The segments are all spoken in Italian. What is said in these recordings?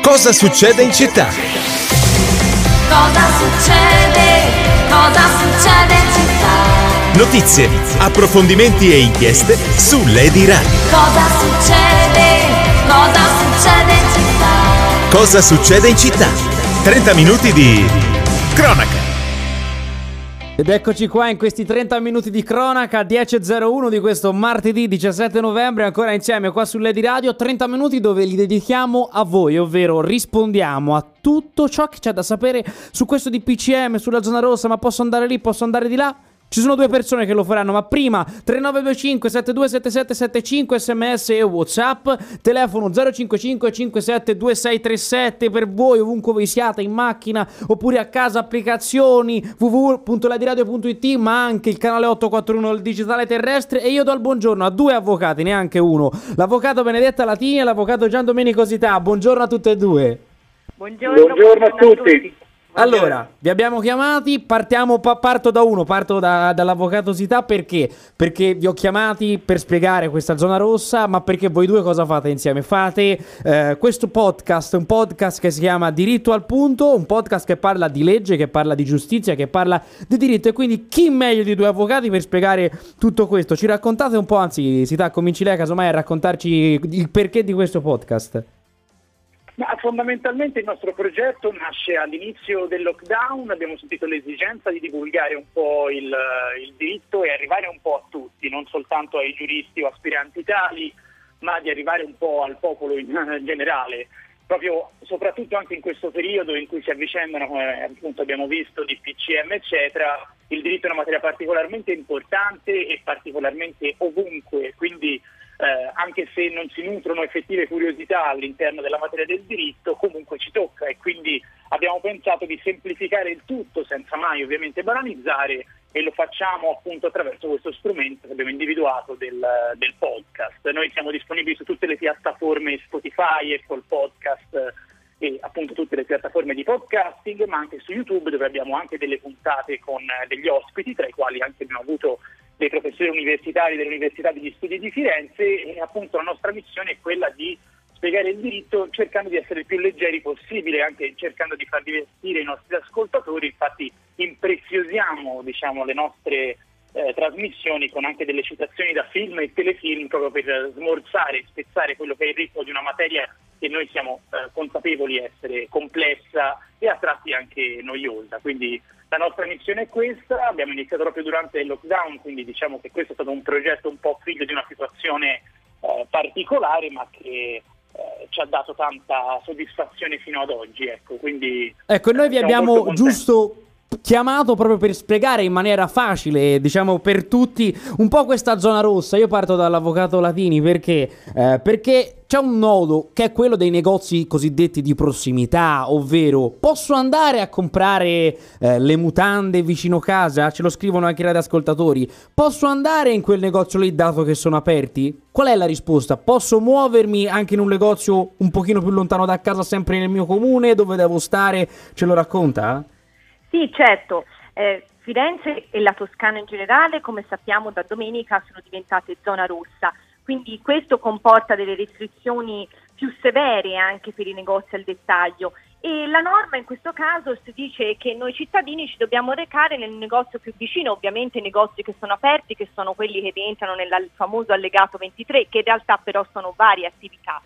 Cosa succede in città? Cosa succede? Cosa succede in città? Notizie, approfondimenti e inchieste su Lady Radio. Cosa succede? Cosa succede in città? Cosa succede in città? 30 minuti di cronaca. Ed eccoci qua in questi 30 minuti di cronaca, 10.01 di questo martedì 17 novembre, ancora insieme qua su Lady Radio, 30 minuti dove li dedichiamo a voi, ovvero rispondiamo a tutto ciò che c'è da sapere su questo DPCM, sulla zona rossa, ma posso andare lì, posso andare di là? Ci sono due persone che lo faranno, ma prima 3925 727775 sms e whatsapp, telefono 055 57 2637 per voi ovunque voi siate, in macchina oppure a casa, applicazioni www.ladiradio.it, ma anche il canale 841 del digitale terrestre. E io do il buongiorno a due avvocati, neanche uno, l'avvocato Benedetta Latini e l'avvocato Gian Domenico Sità. Buongiorno a tutte e due. Buongiorno a tutti. Allora, vi abbiamo chiamati, parto da uno, dall'avvocato Sità. Perché? Perché vi ho chiamati per spiegare questa zona rossa, ma perché voi due cosa fate insieme? Fate questo podcast, un podcast che si chiama Diritto al Punto, un podcast che parla di legge, che parla di giustizia, che parla di diritto, e quindi chi meglio di due avvocati per spiegare tutto questo? Ci raccontate un po', anzi Sità, cominci lei casomai a raccontarci il perché di questo podcast. Ma fondamentalmente il nostro progetto nasce all'inizio del lockdown, abbiamo sentito l'esigenza di divulgare un po' il diritto e arrivare un po' a tutti, non soltanto ai giuristi o aspiranti tali, ma di arrivare un po' al popolo in generale, proprio soprattutto anche in questo periodo in cui si avvicendano, come appunto abbiamo visto, DPCM eccetera. Il diritto è una materia particolarmente importante e particolarmente ovunque, quindi anche se non si nutrono effettive curiosità all'interno della materia del diritto, comunque ci tocca, e quindi abbiamo pensato di semplificare il tutto senza mai ovviamente banalizzare, e lo facciamo appunto attraverso questo strumento che abbiamo individuato del podcast. Noi siamo disponibili su tutte le piattaforme Spotify, Apple Podcast e appunto tutte le piattaforme di podcasting, ma anche su YouTube, dove abbiamo anche delle puntate con degli ospiti, tra i quali anche abbiamo avuto dei professori universitari dell'Università degli Studi di Firenze. E appunto la nostra missione è quella di spiegare il diritto cercando di essere il più leggeri possibile, anche cercando di far divertire i nostri ascoltatori. Infatti impreziosiamo, le nostre trasmissioni con anche delle citazioni da film e telefilm, proprio per smorzare e spezzare quello che è il ritmo di una materia che noi siamo consapevoli essere complessa e a tratti anche noiosa. Quindi la nostra missione è questa, abbiamo iniziato proprio durante il lockdown, quindi diciamo che questo è stato un progetto un po' figlio di una situazione particolare, ma che ci ha dato tanta soddisfazione fino ad oggi. Quindi noi vi abbiamo giusto chiamato proprio per spiegare in maniera facile, per tutti, un po' questa zona rossa. Io parto dall'avvocato Latini perché c'è un nodo che è quello dei negozi cosiddetti di prossimità, ovvero posso andare a comprare le mutande vicino casa? Ce lo scrivono anche i radioascoltatori. Posso andare in quel negozio lì dato che sono aperti? Qual è la risposta? Posso muovermi anche in un negozio un pochino più lontano da casa, sempre nel mio comune? Dove devo stare? Ce lo racconta? Sì, certo. Firenze e la Toscana in generale, come sappiamo da domenica, sono diventate zona rossa, quindi questo comporta delle restrizioni più severe anche per i negozi al dettaglio, e la norma in questo caso si dice che noi cittadini ci dobbiamo recare nel negozio più vicino, ovviamente i negozi che sono aperti, che sono quelli che rientrano nel famoso allegato 23, che in realtà però sono varie attività.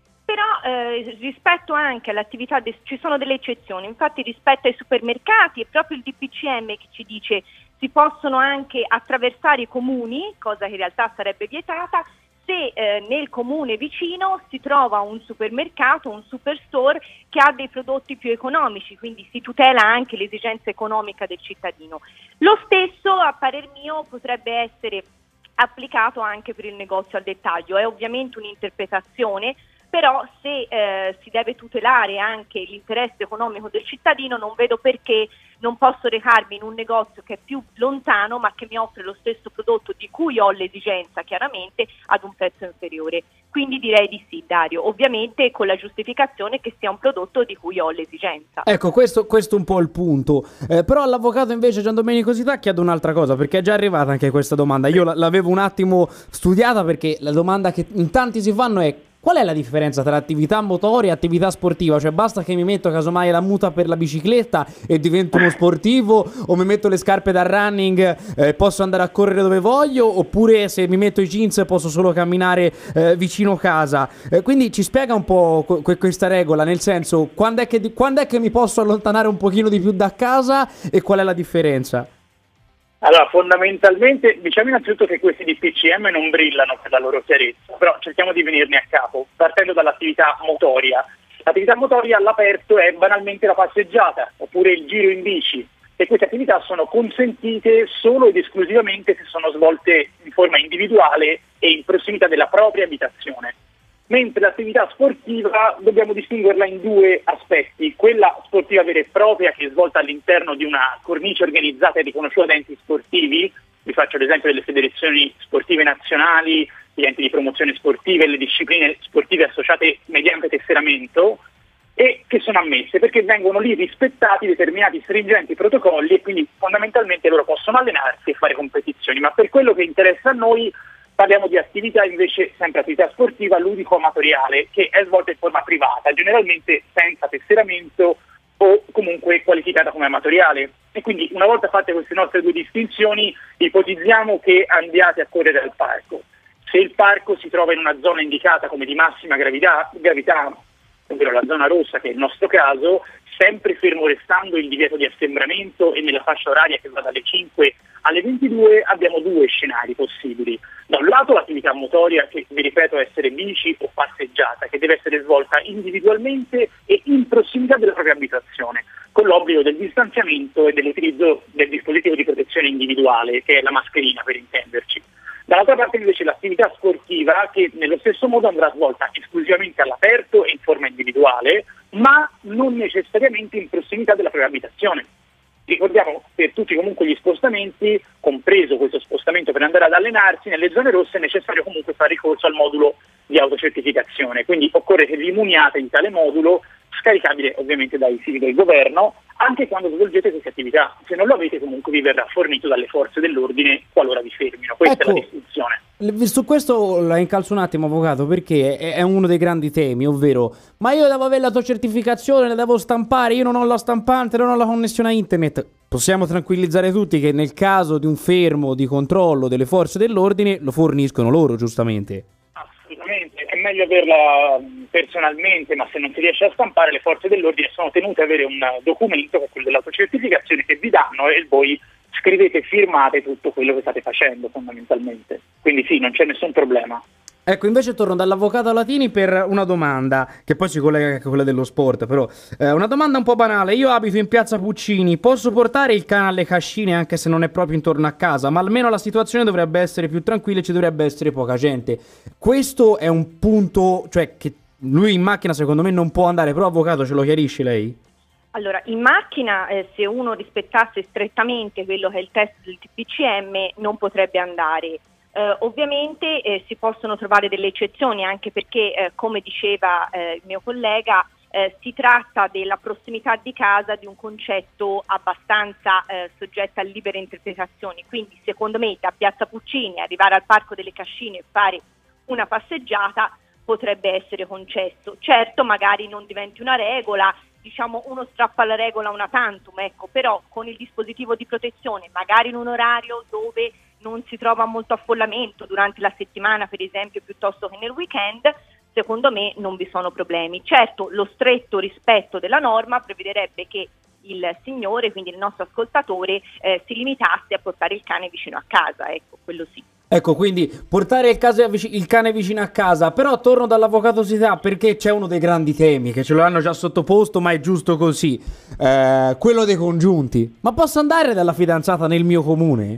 Però rispetto anche all'attività ci sono delle eccezioni. Infatti rispetto ai supermercati è proprio il DPCM che ci dice si possono anche attraversare i comuni, cosa che in realtà sarebbe vietata, se nel comune vicino si trova un supermercato, un superstore che ha dei prodotti più economici, quindi si tutela anche l'esigenza economica del cittadino. Lo stesso, a parer mio, potrebbe essere applicato anche per il negozio al dettaglio. È ovviamente un'interpretazione, però se si deve tutelare anche l'interesse economico del cittadino, non vedo perché non posso recarmi in un negozio che è più lontano ma che mi offre lo stesso prodotto di cui ho l'esigenza, chiaramente ad un prezzo inferiore. Quindi direi di sì, Dario, ovviamente con la giustificazione che sia un prodotto di cui ho l'esigenza. Ecco, questo è un po' il punto. Però all'avvocato invece Gian Domenico Sità chiedo un'altra cosa, perché è già arrivata anche questa domanda. Io l'avevo un attimo studiata, perché la domanda che in tanti si fanno è: Qual è la differenza tra attività motoria e attività sportiva? Cioè basta che mi metto casomai la muta per la bicicletta e divento uno sportivo, o mi metto le scarpe da running e posso andare a correre dove voglio, oppure se mi metto i jeans posso solo camminare vicino casa. Quindi ci spiega un po' questa regola, nel senso quando è che mi posso allontanare un pochino di più da casa e qual è la differenza? Allora, fondamentalmente, diciamo innanzitutto che questi DPCM non brillano per la loro chiarezza, però cerchiamo di venirne a capo, partendo dall'attività motoria. L'attività motoria all'aperto è banalmente la passeggiata, oppure il giro in bici, e queste attività sono consentite solo ed esclusivamente se sono svolte in forma individuale e in prossimità della propria abitazione. Mentre l'attività sportiva dobbiamo distinguerla in due aspetti: quella sportiva vera e propria, che è svolta all'interno di una cornice organizzata e riconosciuta da enti sportivi. Vi faccio l'esempio delle federazioni sportive nazionali, gli enti di promozione sportive e le discipline sportive associate mediante tesseramento, e che sono ammesse perché vengono lì rispettati determinati stringenti protocolli, e quindi fondamentalmente loro possono allenarsi e fare competizioni. Ma per quello che interessa a noi parliamo di attività invece, sempre attività sportiva ludico-amatoriale, che è svolta in forma privata, generalmente senza tesseramento o comunque qualificata come amatoriale. E quindi una volta fatte queste nostre due distinzioni, ipotizziamo che andiate a correre al parco. Se il parco si trova in una zona indicata come di massima gravità, ovvero la zona rossa, che è il nostro caso, sempre fermo restando il divieto di assembramento e nella fascia oraria che va dalle 5 alle 22, abbiamo due scenari possibili. Da un lato l'attività motoria, che vi ripeto essere bici o passeggiata, che deve essere svolta individualmente e in prossimità della propria abitazione, con l'obbligo del distanziamento e dell'utilizzo del dispositivo di protezione individuale, che è la mascherina per intenderci. Dall'altra parte invece l'attività sportiva, che nello stesso modo andrà svolta esclusivamente all'aperto e in forma individuale, ma non necessariamente in prossimità della propria abitazione. Ricordiamo per tutti comunque gli spostamenti, compreso questo spostamento per andare ad allenarsi, nelle zone rosse è necessario comunque fare ricorso al modulo di autocertificazione, quindi occorre che vi muniate di tale modulo, scaricabile ovviamente dai siti del governo, anche quando svolgete queste attività. Se non lo avete comunque vi verrà fornito dalle forze dell'ordine qualora vi fermino. Questa è la distinzione. Su questo la incalzo un attimo, avvocato, perché è uno dei grandi temi, ovvero: ma io devo avere la tua certificazione, la devo stampare, io non ho la stampante, non ho la connessione a internet. Possiamo tranquillizzare tutti che nel caso di un fermo di controllo delle forze dell'ordine lo forniscono loro, giustamente. Assolutamente, è meglio averla personalmente, ma se non si riesce a stampare, le forze dell'ordine sono tenute ad avere un documento, che è quello dell'autocertificazione, che vi danno, e voi scrivete e firmate tutto quello che state facendo fondamentalmente. Quindi sì, non c'è nessun problema. Ecco, invece torno dall'avvocato Latini per una domanda, che poi si collega anche a quella dello sport, però una domanda un po' banale. Io abito in piazza Puccini, posso portare il cane alle cascine anche se non è proprio intorno a casa, ma almeno la situazione dovrebbe essere più tranquilla e ci dovrebbe essere poca gente. Questo è un punto, cioè, che lui in macchina secondo me non può andare, però avvocato ce lo chiarisce lei? Allora, in macchina se uno rispettasse strettamente quello che è il test del TPCM non potrebbe andare. Ovviamente si possono trovare delle eccezioni, anche perché come diceva il mio collega, si tratta della prossimità di casa di un concetto abbastanza soggetto a libere interpretazioni, quindi secondo me da Piazza Puccini arrivare al Parco delle Cascine e fare una passeggiata potrebbe essere concesso. Certo, magari non diventi una regola, diciamo uno strappa la regola una tantum, ecco, però con il dispositivo di protezione, magari in un orario dove non si trova molto affollamento, durante la settimana per esempio, piuttosto che nel weekend, secondo me non vi sono problemi. Certo, lo stretto rispetto della norma prevederebbe che il signore, quindi il nostro ascoltatore, si limitasse a portare il cane vicino a casa, ecco, quello sì. Ecco, quindi portare il cane vicino a casa. Però torno dall'avvocato Sità, perché c'è uno dei grandi temi che ce lo hanno già sottoposto, ma è giusto così, quello dei congiunti. Ma posso andare dalla fidanzata nel mio comune?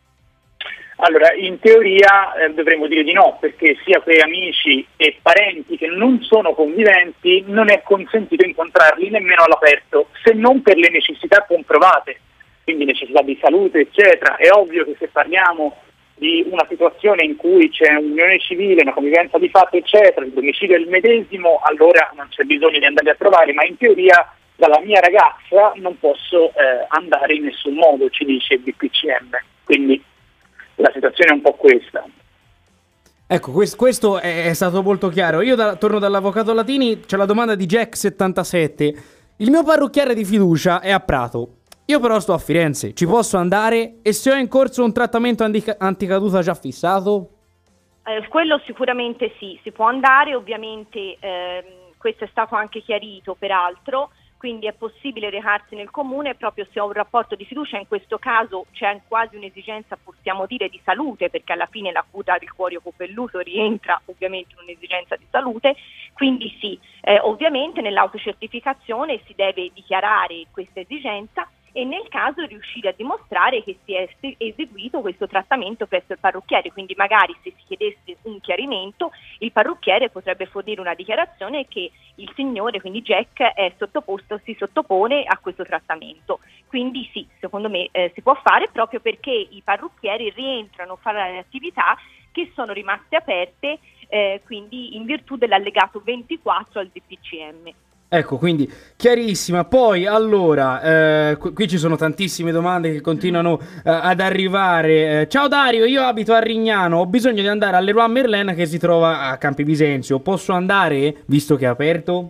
Allora, in teoria dovremmo dire di no, perché sia per amici e parenti che non sono conviventi non è consentito incontrarli nemmeno all'aperto, se non per le necessità comprovate, quindi necessità di salute, eccetera. È ovvio che se parliamo di una situazione in cui c'è un'unione civile, una convivenza di fatto, eccetera, il domicilio è il medesimo, allora non c'è bisogno di andare a trovare, ma in teoria dalla mia ragazza non posso andare in nessun modo, ci dice il BPCM. Quindi la situazione è un po' questa. Ecco, questo è stato molto chiaro. Io torno dall'avvocato Latini, c'è la domanda di Jack77. Il mio parrucchiere di fiducia è a Prato. Io però sto a Firenze, ci posso andare? E se ho in corso un trattamento anticaduta già fissato? Quello sicuramente sì, si può andare, ovviamente questo è stato anche chiarito peraltro, quindi è possibile recarsi nel comune proprio se ho un rapporto di fiducia. In questo caso c'è quasi un'esigenza, possiamo dire, di salute, perché alla fine la cura del cuoio capelluto rientra ovviamente in un'esigenza di salute, quindi sì, ovviamente nell'autocertificazione si deve dichiarare questa esigenza e nel caso riuscire a dimostrare che si è eseguito questo trattamento presso il parrucchiere, quindi magari se si chiedesse un chiarimento il parrucchiere potrebbe fornire una dichiarazione che il signore, quindi Jack, si sottopone a questo trattamento. Quindi sì, secondo me si può fare proprio perché i parrucchieri rientrano a fare le attività che sono rimaste aperte quindi in virtù dell'allegato 24 al DPCM. Ecco, quindi chiarissima. Poi allora, qui ci sono tantissime domande che continuano ad arrivare. Ciao Dario, io abito a Rignano, ho bisogno di andare al Leroy Merlin che si trova a Campi Bisenzio. Posso andare, visto che è aperto?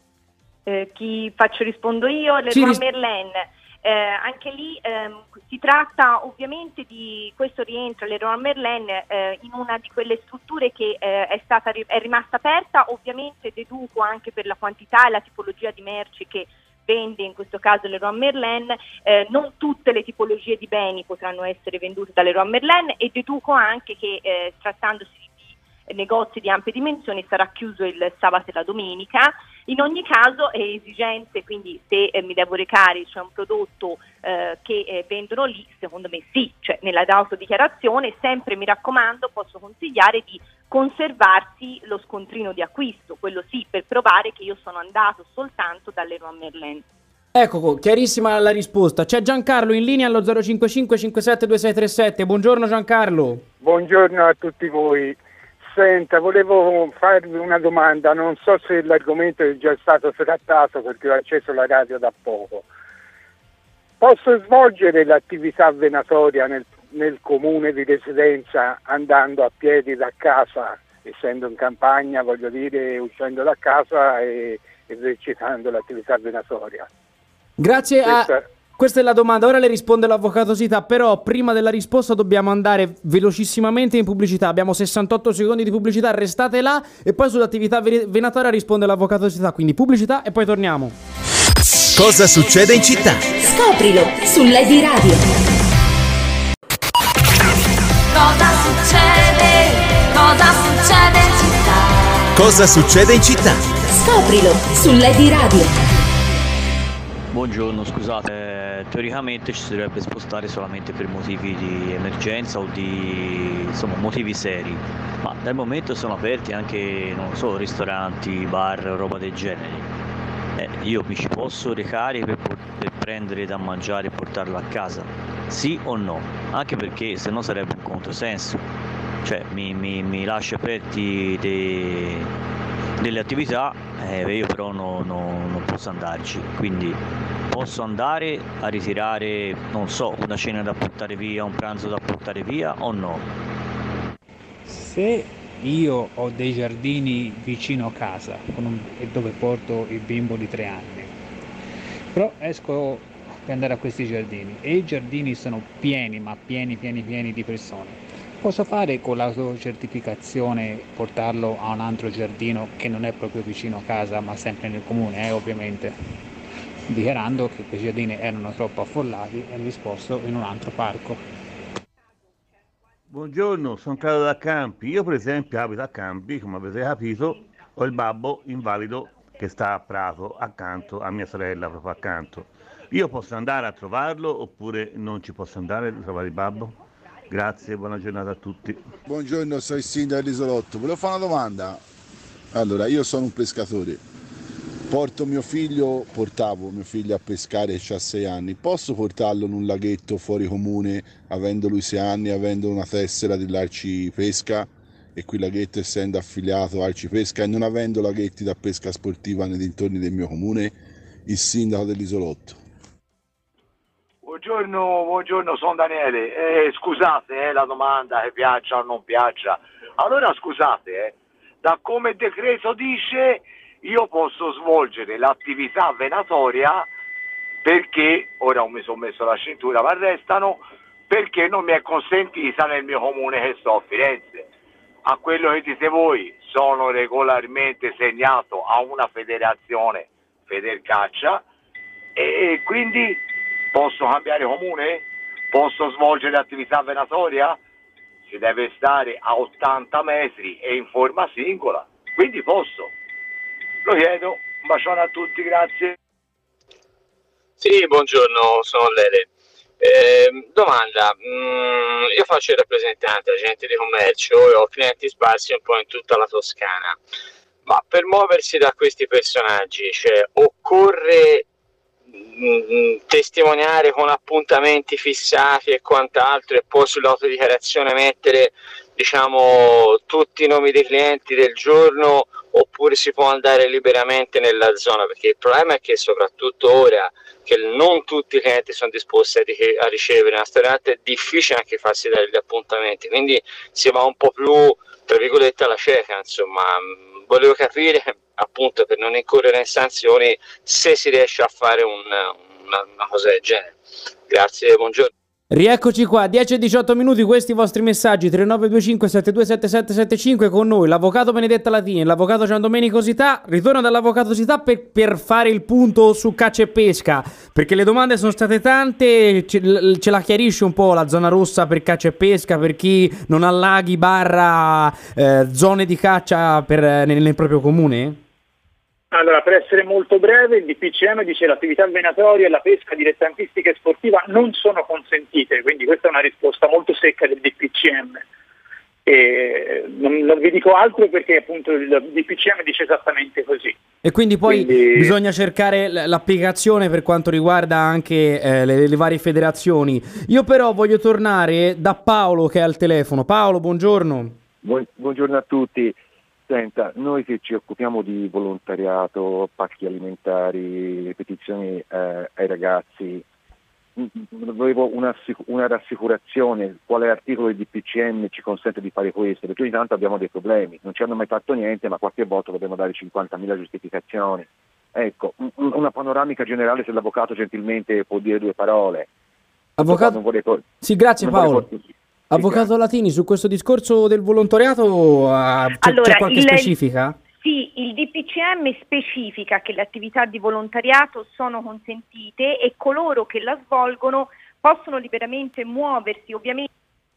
Rispondo io, Leroy Merlin. Anche lì si tratta ovviamente di questo rientra Leroy Merlin in una di quelle strutture che è rimasta aperta, ovviamente deduco anche per la quantità e la tipologia di merci che vende in questo caso Leroy Merlin, non tutte le tipologie di beni potranno essere vendute da Leroy Merlin e deduco anche che trattandosi di negozi di ampie dimensioni sarà chiuso il sabato e la domenica. In ogni caso è esigenze, quindi se mi devo recare c'è un prodotto che vendono lì, secondo me sì, cioè nella autodichiarazione sempre mi raccomando, posso consigliare di conservarsi lo scontrino di acquisto, quello sì, per provare che io sono andato soltanto dall'Leroy Merlin. Ecco, chiarissima la risposta. C'è Giancarlo in linea allo 055 57 2637. Buongiorno Giancarlo. Buongiorno a tutti voi. Senta, volevo farvi una domanda, non so se l'argomento è già stato trattato perché ho acceso la radio da poco. Posso svolgere l'attività venatoria nel comune di residenza andando a piedi da casa, essendo in campagna, voglio dire, uscendo da casa e esercitando l'attività venatoria? Grazie Questa è la domanda, ora le risponde l'avvocato Sita, però prima della risposta dobbiamo andare velocissimamente in pubblicità, abbiamo 68 secondi di pubblicità, restate là e poi sull'attività venatoria risponde l'avvocato Sita, quindi pubblicità e poi torniamo. Cosa succede in città? Scoprilo su Lady Radio. Cosa succede? Cosa succede in città? Cosa succede in città? Scoprilo su Lady Radio. Buongiorno, scusate, teoricamente ci si dovrebbe spostare solamente per motivi di emergenza o di motivi seri, ma dal momento sono aperti anche, non so, ristoranti, bar, roba del genere. Io mi ci posso recare per prendere da mangiare e portarlo a casa? Sì o no? Anche perché se no sarebbe un controsenso, cioè mi lascia aperti delle attività, io però non posso andarci, quindi posso andare a ritirare, non so, una cena da portare via, un pranzo da portare via o no? Se io ho dei giardini vicino a casa dove porto il bimbo di 3 anni, però esco per andare a questi giardini e i giardini sono pieni, ma pieni di persone, posso fare con l'autocertificazione portarlo a un altro giardino che non è proprio vicino a casa ma sempre nel comune, ovviamente, dichiarando che quei giardini erano troppo affollati e li sposto in un altro parco. Buongiorno, sono Carlo da Campi. Io per esempio abito a Campi, come avete capito, ho il babbo invalido che sta a Prato, accanto a mia sorella, proprio accanto. Io posso andare a trovarlo oppure non ci posso andare a trovare il babbo? Grazie, buona giornata a tutti. Buongiorno, sono il sindaco dell'Isolotto. Volevo fare una domanda. Allora, io sono un pescatore. Portavo mio figlio a pescare, che ha 6 anni. Posso portarlo in un laghetto fuori comune, avendo lui 6 anni, avendo una tessera dell'Arcipesca, e qui laghetto essendo affiliato a Arcipesca e non avendo laghetti da pesca sportiva nei dintorni del mio comune, il sindaco dell'Isolotto? Buongiorno, sono Daniele. Scusate la domanda, che piaccia o non piaccia, Allora scusate, da come il decreto dice, io posso svolgere l'attività venatoria perché, ora non mi sono messo la cintura, ma arrestano, perché non mi è consentita nel mio comune che sto a Firenze. A quello che dite voi, sono regolarmente segnato a una federazione, Federcaccia, e quindi posso cambiare comune? Posso svolgere l'attività venatoria? Si deve stare a 80 metri e in forma singola, quindi posso. Lo chiedo, un bacione a tutti, grazie. Sì, buongiorno, sono Lele. Domanda, io faccio il rappresentante, agente di commercio e ho clienti sparsi un po' in tutta la Toscana, ma per muoversi da questi personaggi, cioè, occorre testimoniare con appuntamenti fissati e quant'altro e poi sull'autodichiarazione mettere, diciamo, tutti i nomi dei clienti del giorno, oppure si può andare liberamente nella zona? Perché il problema è che soprattutto ora che non tutti i clienti sono disposti a ricevere una stornata, è difficile anche farsi dare gli appuntamenti, quindi si va un po' più, tra virgolette, alla cieca. Insomma, volevo capire, appunto, per non incorrere in sanzioni, se si riesce a fare una cosa del genere. Grazie, buongiorno. Rieccoci qua, 10 e 18 minuti, questi i vostri messaggi, 3925 727775 con noi, l'avvocato Benedetta Latini, l'avvocato Giandomenico Sità. Ritorno dall'avvocato Sità per fare il punto su caccia e pesca, perché le domande sono state tante. Ce la chiarisce un po' la zona rossa per caccia e pesca, per chi non ha laghi barra zone di caccia nel proprio comune? Allora, per essere molto breve, il DPCM dice che l'attività venatoria e la pesca dilettantistica e sportiva non sono consentite, quindi questa è una risposta molto secca del DPCM. E non vi dico altro perché appunto il DPCM dice esattamente così. E quindi poi bisogna cercare l'applicazione per quanto riguarda anche le varie federazioni. Io però voglio tornare da Paolo che è al telefono. Paolo, buongiorno. Buongiorno a tutti. Senta, noi che ci occupiamo di volontariato, pacchi alimentari, petizioni ai ragazzi, volevo una rassicurazione, quale articolo del DPCM ci consente di fare questo, perché ogni tanto abbiamo dei problemi, non ci hanno mai fatto niente, ma qualche volta dobbiamo dare 50.000 giustificazioni. Ecco, una panoramica generale, se l'avvocato gentilmente può dire due parole. Avvocato? Sì, grazie Paolo. Avvocato Latini, su questo discorso del volontariato c'è qualche specifica? Sì, il DPCM specifica che le attività di volontariato sono consentite e coloro che la svolgono possono liberamente muoversi, ovviamente.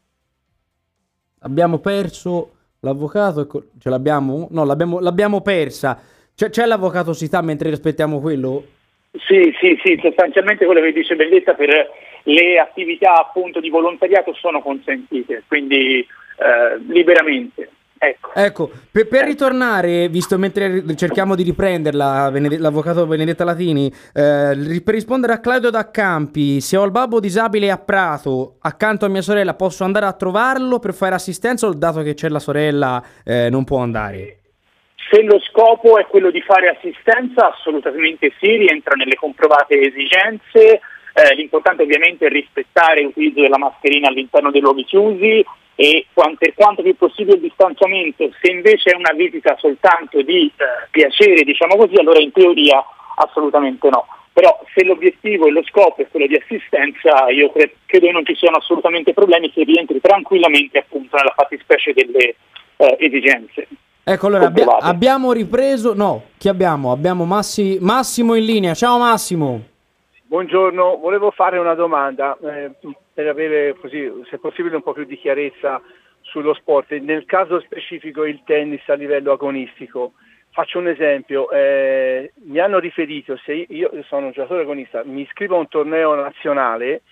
Abbiamo perso l'avvocato, ce l'abbiamo? No, l'abbiamo persa. C'è l'avvocato Sità mentre aspettiamo quello? Sì, sostanzialmente quello che dice Benedetta per le attività appunto di volontariato sono consentite, quindi liberamente. Ecco, per ritornare, visto mentre cerchiamo di riprenderla, l'avvocato Benedetta Latini, per rispondere a Claudio da Campi, se ho il babbo disabile a Prato, accanto a mia sorella, posso andare a trovarlo per fare assistenza o dato che c'è la sorella non può andare? Se lo scopo è quello di fare assistenza, assolutamente sì, rientra nelle comprovate esigenze. L'importante ovviamente è rispettare l'utilizzo della mascherina all'interno dei luoghi chiusi e per quanto più possibile il distanziamento. Se invece è una visita soltanto di piacere, diciamo così, allora in teoria assolutamente no. Però se l'obiettivo e lo scopo è quello di assistenza, io credo che non ci siano assolutamente problemi, se rientri tranquillamente appunto nella fattispecie delle esigenze. Ecco, allora abbiamo ripreso. No, chi abbiamo? Abbiamo Massimo in linea. Ciao Massimo. Buongiorno, volevo fare una domanda per avere così, se possibile, un po' più di chiarezza sullo sport. Nel caso specifico il tennis a livello agonistico. Faccio un esempio, mi hanno riferito, se io sono un giocatore agonista, mi iscrivo a un torneo nazionale,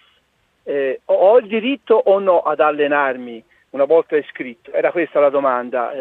ho il diritto o no ad allenarmi una volta iscritto? Era questa la domanda.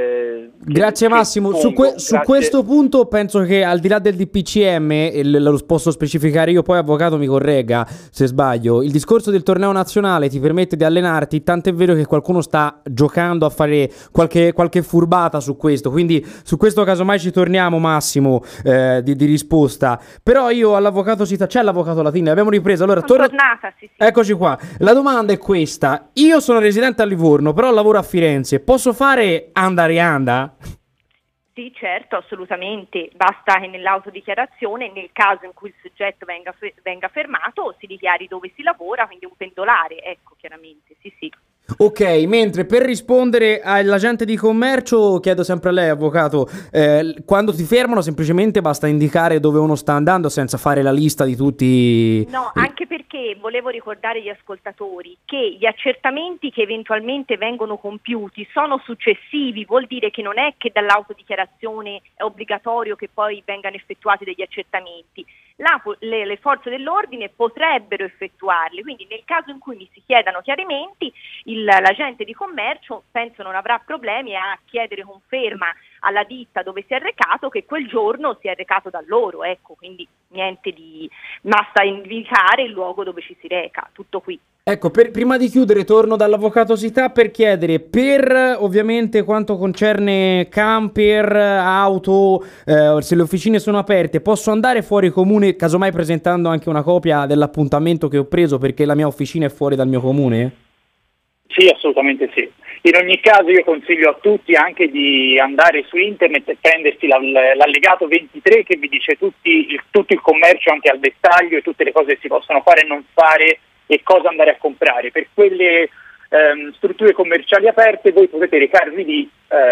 Grazie Massimo. Su questo punto penso che al di là del DPCM, lo posso specificare io, poi avvocato mi corregga se sbaglio, il discorso del torneo nazionale ti permette di allenarti, tant'è vero che qualcuno sta giocando a fare qualche furbata su questo, quindi su questo casomai ci torniamo Massimo di risposta. Però io all'avvocato c'è l'avvocato Latini, abbiamo ripreso. Allora tornata, sì. Eccoci qua. La domanda è questa: io sono residente a Livorno, Livorno, però lavoro a Firenze. Posso fare anda-rianda? Sì, certo, assolutamente. Basta che nell'autodichiarazione, nel caso in cui il soggetto venga fermato, si dichiari dove si lavora, quindi un pendolare, ecco, chiaramente, sì. Ok, mentre per rispondere all'agente di commercio, chiedo sempre a lei, avvocato, quando ti fermano semplicemente basta indicare dove uno sta andando senza fare la lista di tutti... No, anche perché volevo ricordare agli ascoltatori che gli accertamenti che eventualmente vengono compiuti sono successivi, vuol dire che non è che dall'autodichiarazione è obbligatorio che poi vengano effettuati degli accertamenti. Le forze dell'ordine potrebbero effettuarli, quindi nel caso in cui mi si chiedano chiarimenti, l'agente di commercio penso non avrà problemi a chiedere conferma alla ditta dove si è recato che quel giorno si è recato da loro, ecco, quindi niente di... basta indicare il luogo dove ci si reca, tutto qui. Ecco, prima di chiudere torno dall'avvocato Sità per chiedere, per ovviamente quanto concerne camper, auto, se le officine sono aperte, posso andare fuori comune, casomai presentando anche una copia dell'appuntamento che ho preso perché la mia officina è fuori dal mio comune? Sì, assolutamente sì. In ogni caso io consiglio a tutti anche di andare su internet e prendersi l'allegato 23 che vi dice tutto il commercio anche al dettaglio e tutte le cose che si possono fare e non fare e cosa andare a comprare. Per quelle strutture commerciali aperte voi potete recarvi lì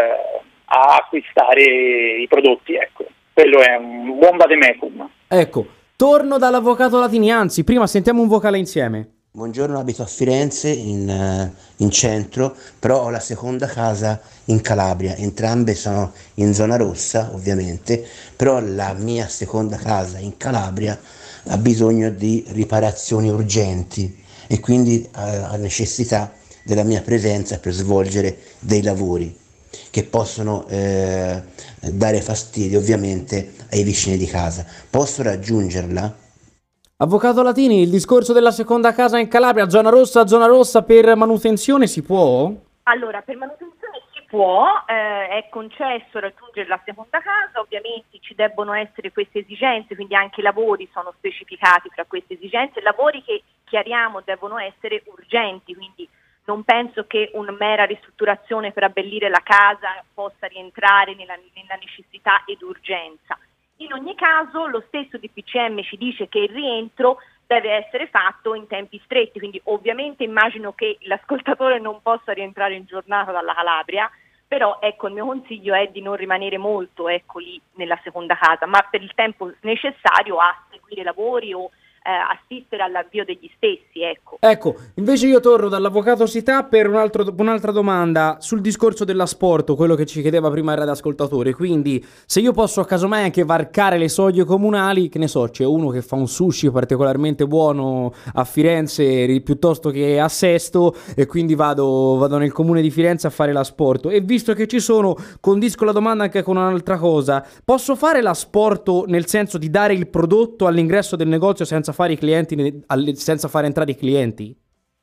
a acquistare i prodotti, ecco. Quello è un buon vademecum. Ecco, torno dall'avvocato Latini, anzi prima sentiamo un vocale insieme. Buongiorno, abito a Firenze in centro, però ho la seconda casa in Calabria, entrambe sono in zona rossa ovviamente, però la mia seconda casa in Calabria ha bisogno di riparazioni urgenti e quindi ha necessità della mia presenza per svolgere dei lavori che possono dare fastidio ovviamente ai vicini di casa. Posso raggiungerla? Avvocato Latini, il discorso della seconda casa in Calabria, zona rossa per manutenzione si può? Allora, per manutenzione si può, è concesso raggiungere la seconda casa, ovviamente ci debbono essere queste esigenze, quindi anche i lavori sono specificati fra queste esigenze, lavori che chiariamo devono essere urgenti, quindi non penso che una mera ristrutturazione per abbellire la casa possa rientrare nella necessità ed urgenza. In ogni caso lo stesso DPCM ci dice che il rientro deve essere fatto in tempi stretti, quindi ovviamente immagino che l'ascoltatore non possa rientrare in giornata dalla Calabria, però ecco il mio consiglio è di non rimanere molto lì nella seconda casa, ma per il tempo necessario a seguire i lavori o assistere all'avvio degli stessi, ecco. Ecco, invece io torno dall'avvocato Sità per un'altra domanda sul discorso dell'asporto, quello che ci chiedeva prima il radioascoltatore, quindi se io posso casomai anche varcare le soglie comunali, che ne so, c'è uno che fa un sushi particolarmente buono a Firenze piuttosto che a Sesto e quindi vado nel comune di Firenze a fare l'asporto e visto che ci sono, condisco la domanda anche con un'altra cosa, posso fare l'asporto nel senso di dare il prodotto all'ingresso del negozio senza fare i clienti, senza far entrare i clienti?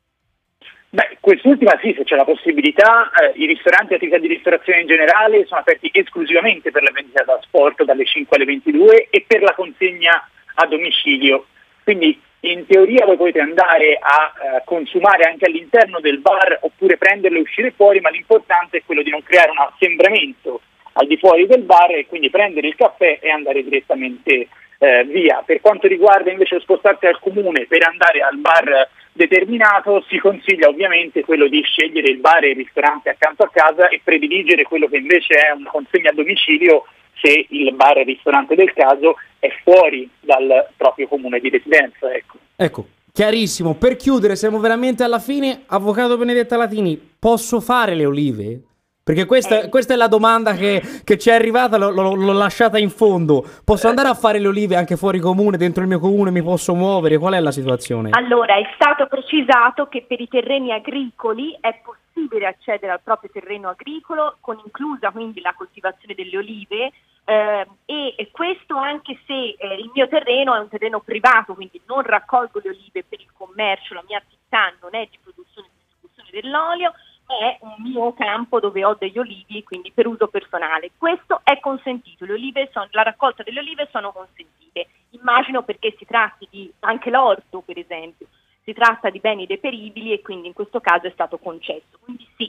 Beh, quest'ultima sì, se c'è la possibilità, i ristoranti e attività di ristorazione in generale sono aperti esclusivamente per la vendita da sport dalle 5 alle 22 e per la consegna a domicilio. Quindi in teoria voi potete andare a consumare anche all'interno del bar oppure prenderlo e uscire fuori, ma l'importante è quello di non creare un assembramento al di fuori del bar e quindi prendere il caffè e andare direttamente via. Per quanto riguarda invece lo spostarsi al comune per andare al bar determinato, si consiglia ovviamente quello di scegliere il bar e il ristorante accanto a casa e prediligere quello che invece è una consegna a domicilio se il bar e il ristorante del caso è fuori dal proprio comune di residenza. Ecco, chiarissimo. Per chiudere, siamo veramente alla fine. Avvocato Benedetta Latini, posso fare le olive? Perché questa è la domanda che ci è arrivata, l'ho lasciata in fondo. Posso andare a fare le olive anche fuori comune, dentro il mio comune, mi posso muovere? Qual è la situazione? Allora, è stato precisato che per i terreni agricoli è possibile accedere al proprio terreno agricolo, con inclusa quindi la coltivazione delle olive, e questo anche se il mio terreno è un terreno privato, quindi non raccolgo le olive per il commercio, la mia attività non è di produzione e distribuzione dell'olio, è un mio campo dove ho degli olivi, quindi per uso personale. Questo è consentito, la raccolta delle olive sono consentite. Immagino perché si tratti di, anche l'orto per esempio, si tratta di beni deperibili e quindi in questo caso è stato concesso. Quindi sì,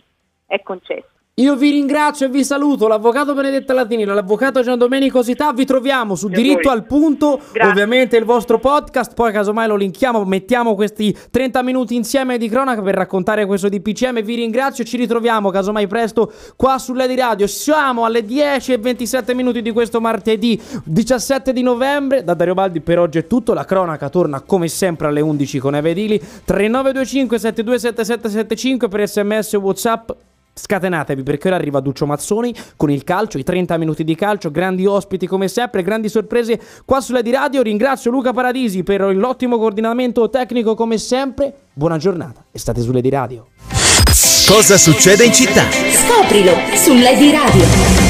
è concesso. Io vi ringrazio e vi saluto, l'avvocato Benedetta Latini, l'avvocato Giandomenico Sità, vi troviamo su Diritto al Punto, ovviamente il vostro podcast, poi casomai lo linkiamo, mettiamo questi 30 minuti insieme di cronaca per raccontare questo DPCM, vi ringrazio e ci ritroviamo casomai presto qua su Lady Radio. Siamo alle 10:27 minuti di questo martedì 17 di novembre, da Dario Baldi per oggi è tutto, la cronaca torna come sempre alle 11 con Eva Edili, 3925 727775 per SMS o WhatsApp. Scatenatevi perché ora arriva Duccio Mazzoni con il calcio, i 30 minuti di calcio, grandi ospiti come sempre, grandi sorprese qua sulla di radio. Ringrazio Luca Paradisi per l'ottimo coordinamento tecnico come sempre. Buona giornata e state sulle di radio. Cosa succede in città? Scoprilo su Lady Radio.